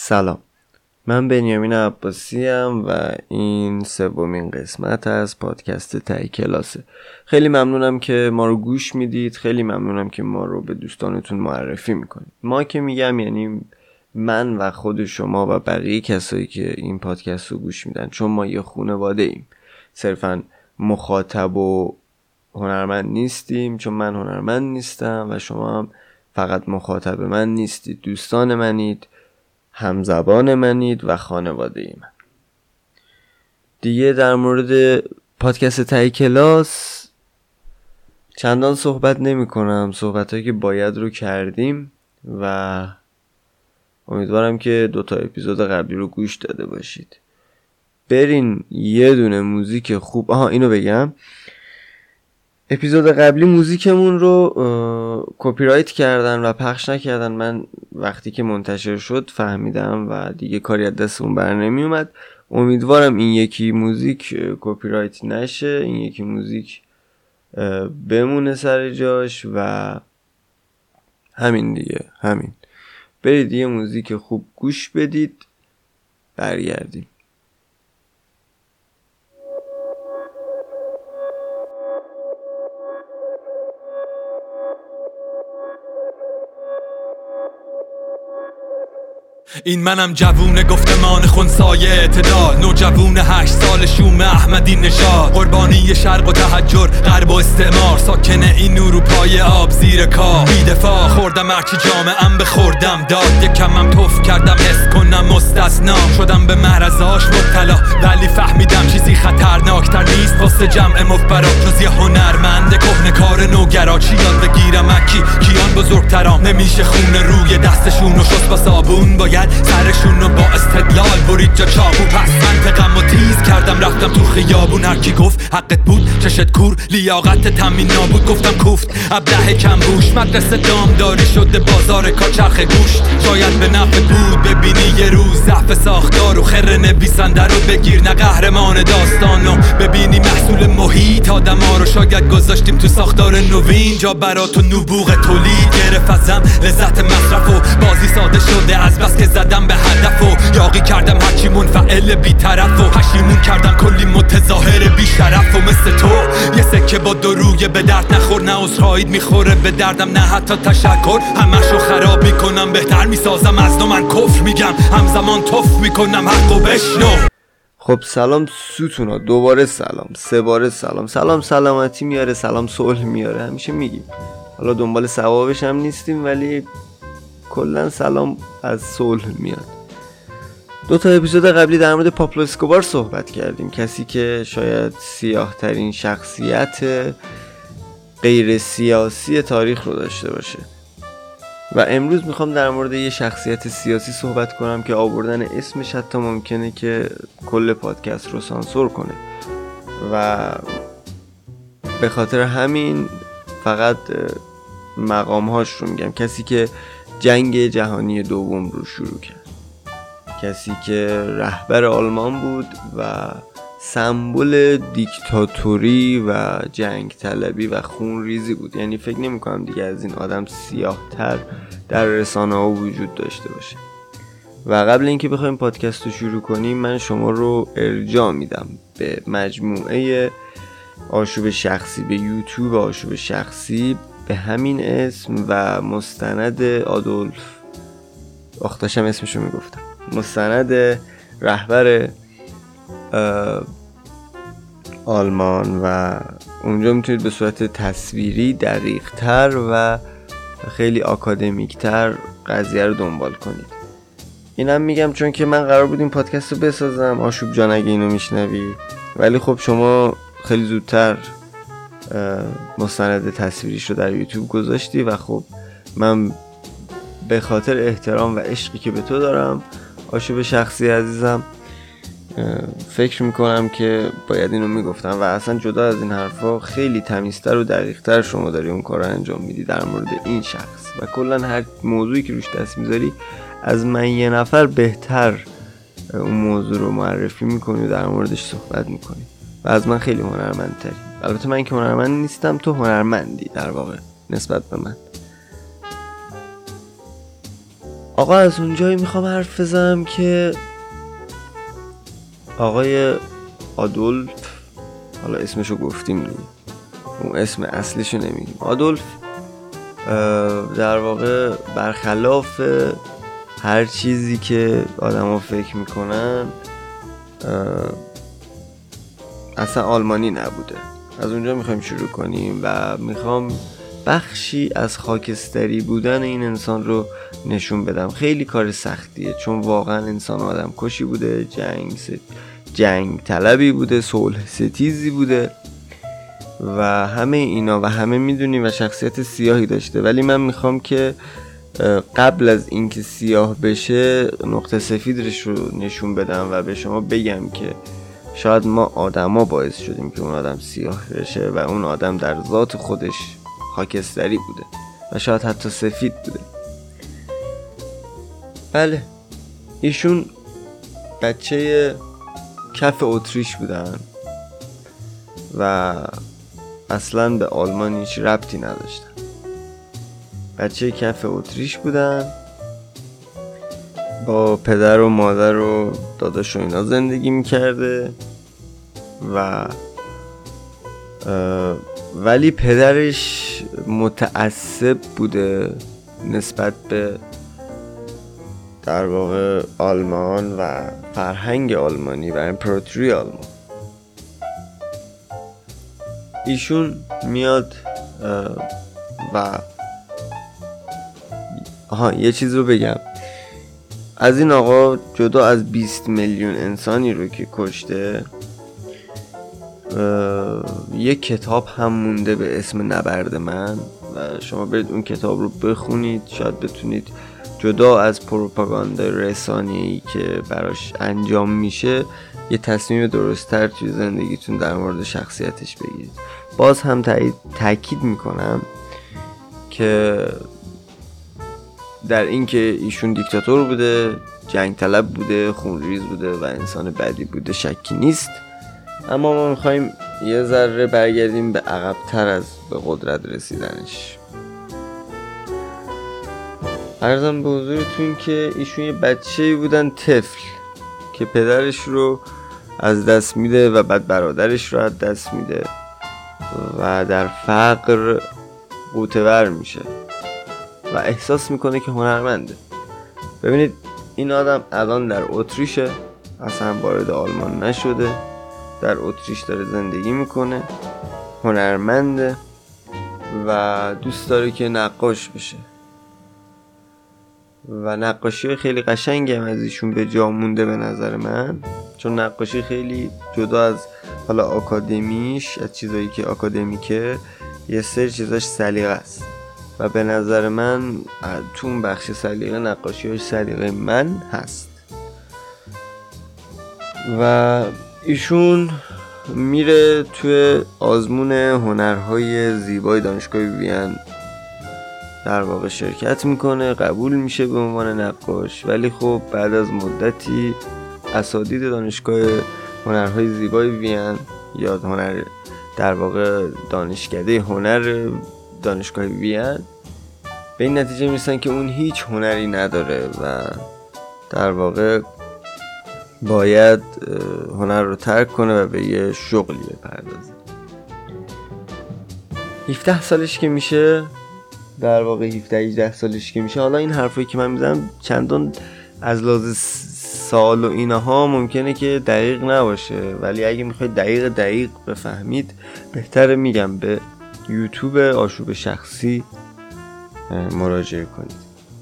سلام، من بنیامین عباسی ام و این سومین قسمت از پادکست تهی کلاسه. خیلی ممنونم که ما رو گوش میدید، خیلی ممنونم که ما رو به دوستانتون معرفی میکنید. ما که میگم یعنی من و خود شما و بقیه کسایی که این پادکست رو گوش میدن، چون ما یه خانواده ایم. صرفا مخاطب و هنرمند نیستیم، چون من هنرمند نیستم و شما هم فقط مخاطب من نیستید، دوستان منید، همزبان منید و خانواده ای من. دیگه در مورد پادکست تهی کلاس چندان صحبت نمی کنم. صحبتایی که باید رو کردیم و امیدوارم که 2 اپیزود قبلی رو گوش داده باشید. برین یه دونه موزیک خوب، اینو بگم، اپیزود قبلی موزیکمون رو کپی رایت کردن و پخش نکردن. من وقتی که منتشر شد فهمیدم و دیگه کاری از دستمون بر نمی اومد. امیدوارم این یکی موزیک کپی رایت نشه، این یکی موزیک بمونه سر جاش و همین دیگه. همین، برید یه موزیک خوب گوش بدید، برگردیم. این منم جوون گفتمان خونسای اعتدال، نوجوون 8 سال شوم احمدی نژاد، قربانی شرق و تحجر، غرب و استعمار، ساکن این اروپای آب زیر کاه، بی‌دفاع خوردم هرچی جامعه‌ام بخوردم داد، یکمم توف کردم حس کنم مستثنا، شدم به معرضاش مبتلا، ولی فهمیدم چیزی خطرناکتر نیست واسه جمع مفبرا جز یه هنرمند کهنه‌کار نوگرا. چی یاد بگیرم اکی کیان بزرگترام، نمیشه خون روی دستشون و شست با صابون، باید سرشون رو با استدلال برید جا چاقو. پس منطقم و تیز کردم رفتم تو خیابون، هرکی گفت حقت بود چشت کور، لیاقت تامین نابود، گفتم کوفت ابله کم بوش، مدرسه دامداری شده بازار کاچرخ گوشت. شاید به نفعت بود ببینی یه روز ضعف ساختار و خر نویسنده رو بگیر، نه قهرمان داستانو ببینی محصول محیط آدما رو. شاید گذاشتیم تو ساختار نوین جا براتو نبوغ تولید گرفت ازم لذت مصرف و بازی ساده شده از بس که زدم به هدف و یاقی کردم هرچی منفعل بی طرف و پشیمون کردم کلی متظاهر بی شرف و مثل تو یه سکه با 2 رویه به درد نخور، نه عذرخواهیت میخوره به دردم نه حتی تشکر، همشو خراب میکنم بهتر میسازم از نو، من کفر میگم همزمان توف میکنم حقو بشنو. خب سلام ستونا، دوباره سلام، 3 باره سلام. سلام سلامتی میاره، سلام صلح میاره، همیشه میگیم. حالا دنبال ثوابش هم نیستیم ولی کلا سلام از صلح میاد. 2 اپیزود قبلی در مورد پابلو اسکوبار صحبت کردیم، کسی که شاید سیاه ترین شخصیت غیر سیاسی تاریخ رو داشته باشه و امروز میخوام در مورد یه شخصیت سیاسی صحبت کنم که آوردن اسمش حتی ممکنه که کل پادکست رو سانسور کنه و به خاطر همین فقط مقامهاش رو میگم. کسی که جنگ جهانی دوم رو شروع کرد، کسی که رهبر آلمان بود و سمبل دیکتاتوری و جنگ طلبی و خونریزی بود. یعنی فکر نمی کنم دیگه از این آدم سیاه تر در رسانه ها وجود داشته باشه. و قبل اینکه بخوایم پادکست رو شروع کنیم من شما رو ارجاع میدم به مجموعه آشوب شخصی، به یوتیوب آشوب شخصی به همین اسم و مستند آدولف آختاشم اسمشو میگفتم، مستند رهبر آلمان و اونجا میتونید به صورت تصویری دقیق تر و خیلی آکادمیک تر قضیه رو دنبال کنید. اینم میگم چون که من قرار بود این پادکست رو بسازم، آشوب جان اگه اینو میشنوی، ولی خب شما خیلی زودتر مستند تصویریش رو در یوتیوب گذاشتی و خب من به خاطر احترام و عشقی که به تو دارم آشوب شخصی عزیزم فکر میکنم که باید اینو میگفتم. و اصلا جدا از این حرفا خیلی تمیزتر و دقیقتر شما داری اون کار رو انجام میدی در مورد این شخص و کلا هر موضوعی که روش دست میذاری از من یه نفر بهتر اون موضوع رو معرفی میکنی و در موردش صحبت میکنی و از من خیلی هنرمندتری. البته من که هنرمند نیستم، تو هنرمندی در واقع نسبت به من. آقا از اونجایی میخوام حرف بزنم که آقای آدولف، حالا اسمشو گفتیم دیگه، اون اسم اصلیشو نمیگیم، آدولف در واقع برخلاف هر چیزی که آدم ها فکر میکنن اصلا آلمانی نبوده. از اونجا میخوایم شروع کنیم و میخوام بخشی از خاکستری بودن این انسان رو نشون بدم. خیلی کار سختیه چون واقعا انسان آدم کشی بوده، جنگ طلبی بوده، صلح ستیزی بوده و همه اینا و همه میدونیم و شخصیت سیاهی داشته. ولی من میخوام که قبل از اینکه سیاه بشه نقطه سفیدش رو نشون بدم و به شما بگم که شاید ما آدما باعث شدیم که اون آدم سیاه بشه و اون آدم در ذات خودش خاکستری بوده و شاید حتی سفید بوده. بله، ایشون بچه کف اتریش بودن و اصلا به آلمان هیچ ربطی نداشتن. بچه کف اتریش بودن، با پدر و مادر و داداش و اینا زندگی میکرده و ولی پدرش متعصب بوده نسبت به در واقع آلمان و فرهنگ آلمانی و امپراتوری آلمان. ایشون میاد و یه چیز رو بگم، از این آقا جدا از 20 میلیون انسانی رو که کشته، یک کتاب هم مونده به اسم نبرد من و شما برید اون کتاب رو بخونید، شاید بتونید جدا از پروپاگاندا رسانه‌ای که براش انجام میشه یه تصمیم درست‌تر توی زندگیتون در مورد شخصیتش بگیرید. باز هم تأکید میکنم که در این که ایشون دیکتاتور بوده، جنگ طلب بوده، خونریز بوده و انسان بدی بوده شکی نیست، اما ما میخوایم یه ذره برگردیم به عقب‌تر از به قدرت رسیدنش. عرضم به حضورتون که ایشون یه بچه‌ای بودن طفل که پدرش رو از دست میده و بعد برادرش رو از دست میده و در فقر غوطه‌ور میشه و احساس میکنه که هنرمنده. ببینید این آدم الان در اتریشه، اصلا وارد آلمان نشده، در اتریش داره زندگی میکنه، هنرمنده و دوست داره که نقاش بشه و نقاشی خیلی قشنگی هم از ایشون به جا مونده به نظر من، چون نقاشی خیلی جدا از حالا آکادمیش، از چیزایی که آکادمیکه، یه سری چیزاش سلیقه است و به نظر من تو اون بخش سلیقه نقاشی‌هاش سلیقه من هست. و ایشون میره توی آزمون هنرهای زیبای دانشگاه وین در واقع شرکت میکنه، قبول میشه به عنوان نقاش، ولی خب بعد از مدتی اساتید دانشگاه هنرهای زیبای وین یا هنر در واقع دانشکده هنر دانشگاه وین به این نتیجه میرسن که اون هیچ هنری نداره و در واقع باید هنر رو ترک کنه و به یه شغلی بپردازه. 17 سالش که میشه، در واقع 17-18 سالش که میشه، حالا این حرفایی که من میزنم چندان از لحاظ سال و اینها ممکنه که دقیق نباشه، ولی اگه میخواید دقیق بفهمید بهتره میگم به یوتیوب آشوب شخصی مراجعه کنید.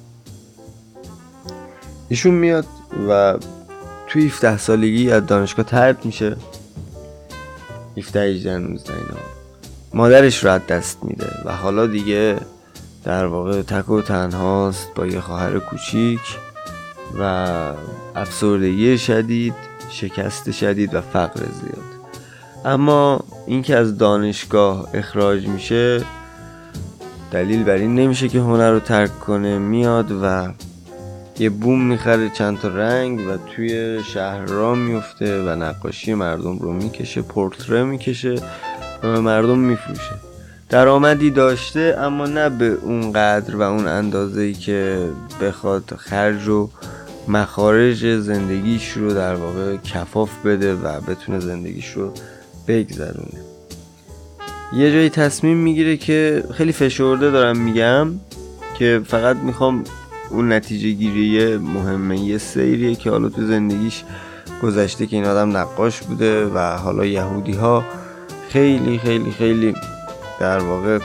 ایشون میاد و توی 17 سالگی از دانشگاه طرد میشه، 17-18-19 اینا، مادرش رو از دست میده و حالا دیگه در واقع تک و تنهاست با یه خواهر کوچیک و افسردگی شدید، شکست شدید و فقر زیاد. اما اینکه از دانشگاه اخراج میشه دلیل بر این نمیشه که هنر رو ترک کنه. میاد و یه بوم میخره چند تا رنگ و توی شهر را میفته و نقاشی مردم رو میکشه، پورتره میکشه و به مردم میفروشه. درآمدی داشته، اما نه به اون قدر و اون اندازه‌ای که بخواد خرج و مخارج زندگیش رو در واقع کفاف بده و بتونه زندگیش رو بگذرونه. یه جایی تصمیم میگیره که خیلی فشرده دارم میگم که فقط میخوام اون نتیجه گیری مهمه، یه سیریه که حالا تو زندگیش گذشته که این آدم نقاش بوده و حالا یهودی ها خیلی خیلی خیلی در واقع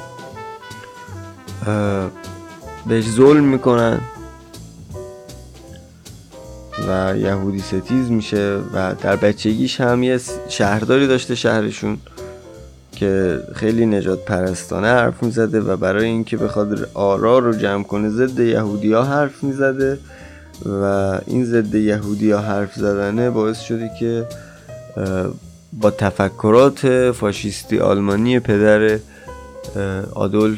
بهش ظلم میکنن و یهودی ستیز میشه و در بچگیش هم یه شهرداری داشته شهرشون که خیلی نجات پرستانه حرف میزده و برای اینکه بخواد آرا رو جمع کنه ضد یهودی ها حرف میزده و این ضد یهودی ها حرف زدنه باعث شده که با تفکرات فاشیستی آلمانی پدر آدولف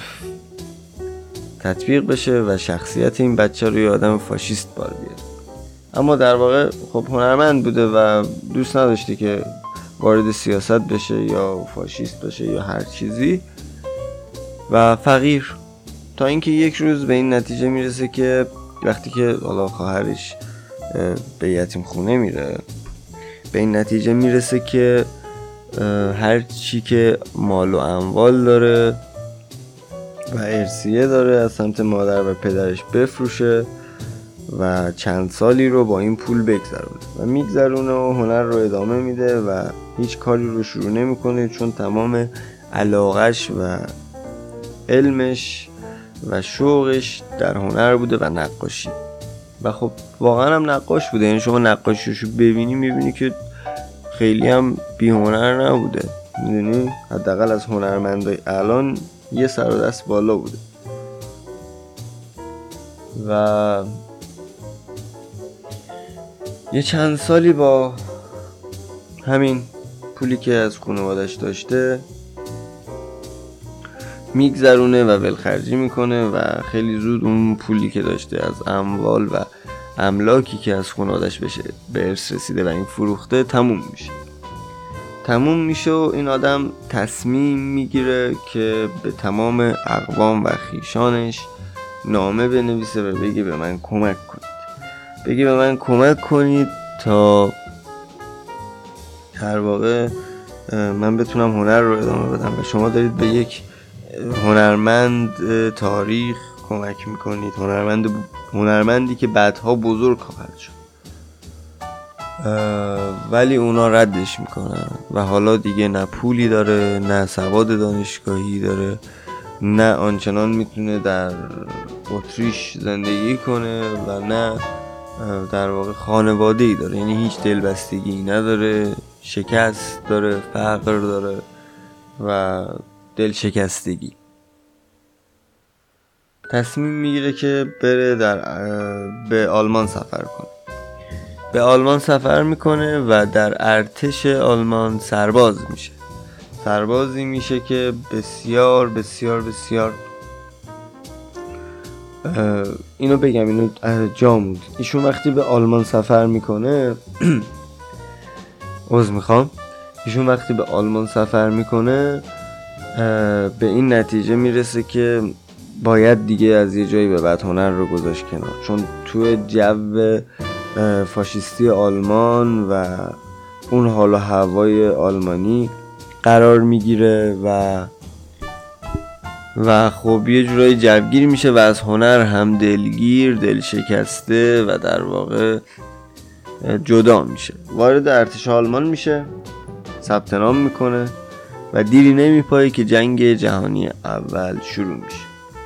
تطبیق بشه و شخصیت این بچه رو یه آدم فاشیست بار بیاره. اما در واقع خب هنرمند بوده و دوست نداشته که وارد سیاست بشه یا فاشیست بشه یا هر چیزی و فقیر، تا اینکه یک روز به این نتیجه میرسه که وقتی که حالا خواهرش به یتیم خونه میره، به این نتیجه میرسه که هر چی که مال و اموال داره و ارثیه داره از سمت مادر و پدرش بفروشه و چند سالی رو با این پول بگذرونه و میگذرونه و هنر رو ادامه میده و هیچ کاری رو شروع نمیکنه چون تمام علاقش و علمش و شوقش در هنر بوده و نقاشی و خب واقعا هم نقاش بوده. یعنی شما نقاشیشو ببینی میبینی که خیلی هم بی هنر نبوده، میدونی حداقل از هنرمندای الان یه سر و دست بالا بوده و یه چند سالی با همین پولی که از خانوادش داشته میگذرونه و ولخرجی میکنه و خیلی زود اون پولی که داشته از اموال و املاکی که از خانوادش بشه به ارث رسیده و این فروخته تموم میشه و این آدم تصمیم میگیره که به تمام اقوام و خیشانش نامه بنویسه و بگه به من کمک کنید تا در واقع من بتونم هنر رو ادامه بدم و شما دارید به یک هنرمند تاریخ کمک میکنید، هنرمندی که بعدها بزرگ خواهد شد. ولی اونا ردش میکنن و حالا دیگه نه پولی داره، نه سواد دانشگاهی داره، نه آنچنان میتونه در اتریش زندگی کنه و نه در واقع خانواده‌ای داره، یعنی هیچ دلبستگی نداره، شکست داره، فقر داره و دلشکستگی. تصمیم میگیره که بره به آلمان سفر کنه. به آلمان سفر میکنه و در ارتش آلمان سربازی میشه که بسیار بسیار بسیار اینو بگم، اینو جامود. ایشون وقتی به آلمان سفر میکنه به این نتیجه میرسه که باید دیگه از یه جایی به بعد هنر رو گذاشت کنار، چون تو جو فاشیستی آلمان و اون حال و هوای آلمانی قرار میگیره و خب یه جورایی جوگیر میشه و از هنر هم دل شکسته و در واقع جدا میشه. وارد ارتش آلمان میشه، ثبت نام میکنه و دیری نمیپایه که جنگ جهانی اول شروع میشه.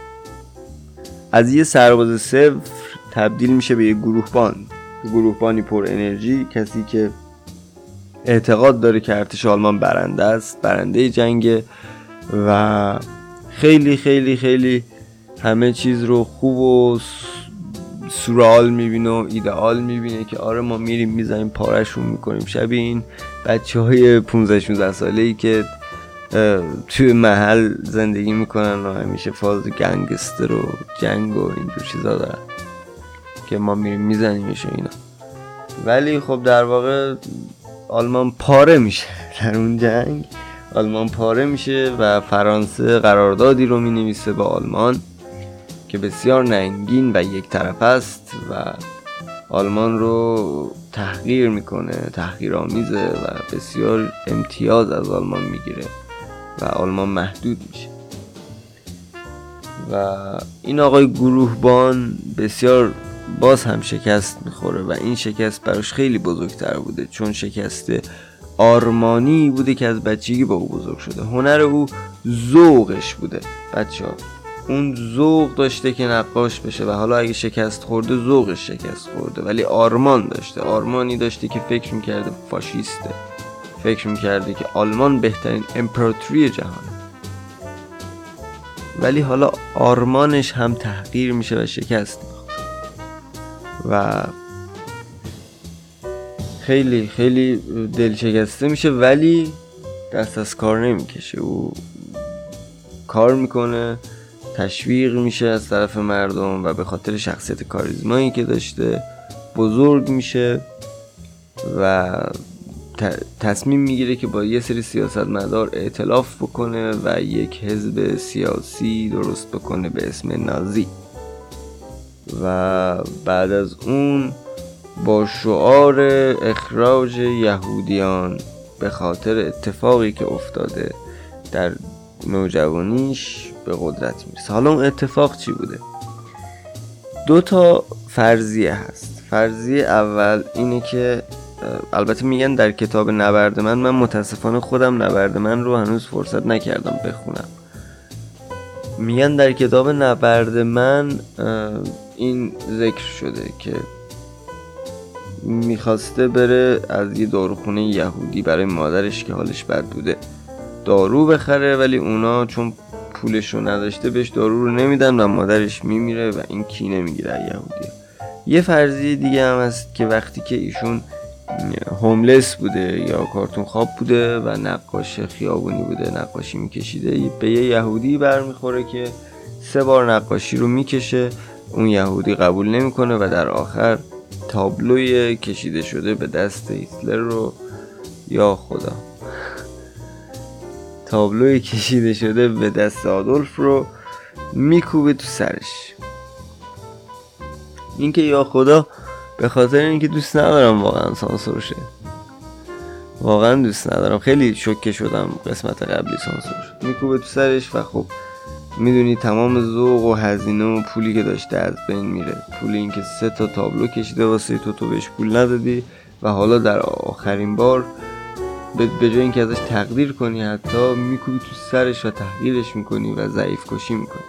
از یه سرباز صفر تبدیل میشه به یه گروهبانی پر انرژی، کسی که اعتقاد داره که ارتش آلمان برنده جنگ و خیلی خیلی خیلی همه چیز رو خوب و سورئال میبینه و ایدئال میبینه که آره ما میریم میزنیم پارشون میکنیم، شبیه این بچه‌های 15-16 ساله‌ای که توی محل زندگی میکنن و همیشه فاز گنگستر و جنگ و اینجور چیزا دارن که ما میریم میزنیمش و اینا. ولی خب در واقع آلمان پاره میشه در اون جنگ آلمان پاره میشه و فرانسه قراردادی رو مینویسه با آلمان که بسیار ننگین و یک طرف است و آلمان رو تحقیر میکنه، تحقیرآمیزه و بسیار امتیاز از آلمان میگیره و آلمان محدود میشه. و این آقای گروهبان بسیار باز هم شکست میخوره و این شکست براش خیلی بزرگتر بوده، چون شکست آرمانی بوده که از بچگی با او بزرگ شده. هنر او ذوقش بوده بچه‌ها، اون ذوق داشته که نقاش بشه و حالا اگه شکست خورده ذوقش شکست خورده، ولی آرمان داشته، آرمانی داشته که فکر میکرده فاشیسته، فکر میکرده که آلمان بهترین امپراتوری جهانه، ولی حالا آرمانش هم تحقیر میشه و شکست میخوره و خیلی خیلی دل شکسته میشه، ولی دست از کار نمیکشه. او کار میکنه، تشویق میشه از طرف مردم و به خاطر شخصیت کاریزمایی که داشته بزرگ میشه و تصمیم میگیره که با یه سری سیاستمدار ائتلاف بکنه و یک حزب سیاسی درست بکنه به اسم نازی و بعد از اون با شعار اخراج یهودیان به خاطر اتفاقی که افتاده در نوجوانیش به قدرت میرسه. حالا اون اتفاق چی بوده؟ 2 فرضیه هست. فرضیه اول اینه که البته میگن در کتاب نبرد من متاسفانه خودم نبرد من رو هنوز فرصت نکردم بخونم. میگن در کتاب نبرد من این ذکر شده که میخواسته بره از یه داروخونه یهودی برای مادرش که حالش بد بوده دارو بخره، ولی اونا چون پولشو نداشته بهش دارو رو نمیدن و مادرش میمیره و این کینه میگیره یهودی. یه فرضیه دیگه هم هست که وقتی که ایشون هوملس بوده یا کارتون خواب بوده و نقاش خیابونی بوده، نقاشی میکشیده، به یه یهودی برمیخوره که 3 بار نقاشی رو میکشه، اون یهودی قبول نمیکنه و در آخر تابلوی کشیده شده به دست هیتلر رو، یا خدا، تابلوی کشیده شده به دست آدولف رو میکوبه تو سرش. این که یا خدا به خاطر اینکه دوست ندارم واقعا سانسور شه، واقعا دوست ندارم، خیلی شوکه شدم قسمت قبلی سانسور شد، میکوبه تو سرش و خب میدونی تمام ذوق و هزینه و پولی که داشته از بین میره. پول این که 3 تابلو کشیده واسه تو بهش پول ندادی و حالا در آخرین بار به جای اینکه ازش تقدیر کنی حتی میکوبی تو سرش و تحقیرش میکنی و ضعیف کشی میکنی.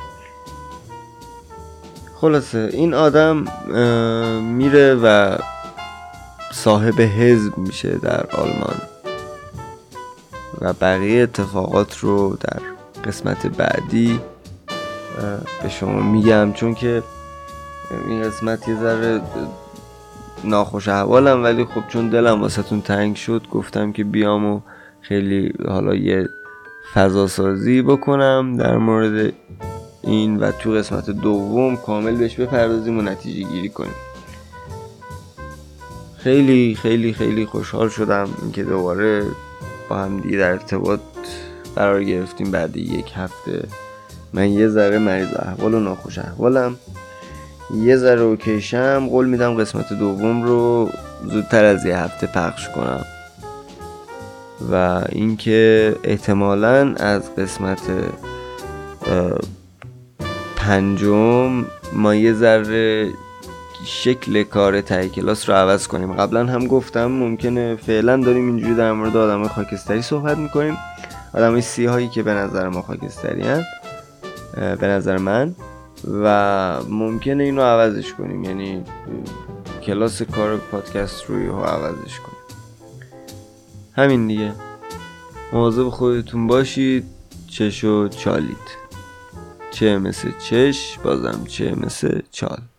خلاصه این آدم میره و صاحب حزب میشه در آلمان و بقیه اتفاقات رو در قسمت بعدی به شما میگم، چون که این قسمت یه ذره ناخوش احوالم، ولی خب چون دلم واسه تون تنگ شد گفتم که بیام و خیلی حالا یه فضا سازی بکنم در مورد این و تو قسمت دوم کامل بهش بپردازیم و نتیجه گیری کنیم. خیلی خیلی خیلی خوشحال شدم اینکه دوباره با هم دیگه در ارتباط قرار گرفتیم بعد 1 هفته. من یه ذره مریض احوال و ناخوش احوالم، یه ذره اوکیشم. قول میدم قسمت دوم رو زودتر از 1 هفته پخش کنم و اینکه احتمالاً از قسمت 5 ما یه ذره شکل کار ته کلاس رو عوض کنیم. قبلا هم گفتم ممکنه فعلا داریم اینجوری در مورد آدمای خاکستری صحبت میکنیم، آدمای سیاهایی که به نظر ما خاکستری هستن، به نظر من، و ممکنه اینو عوضش کنیم، یعنی کلاس کار پادکست رو عوضش کنیم. همین دیگه. مواظب خودتون باشید. چش و چالید، چه مثل چش بازم چه مثل چال.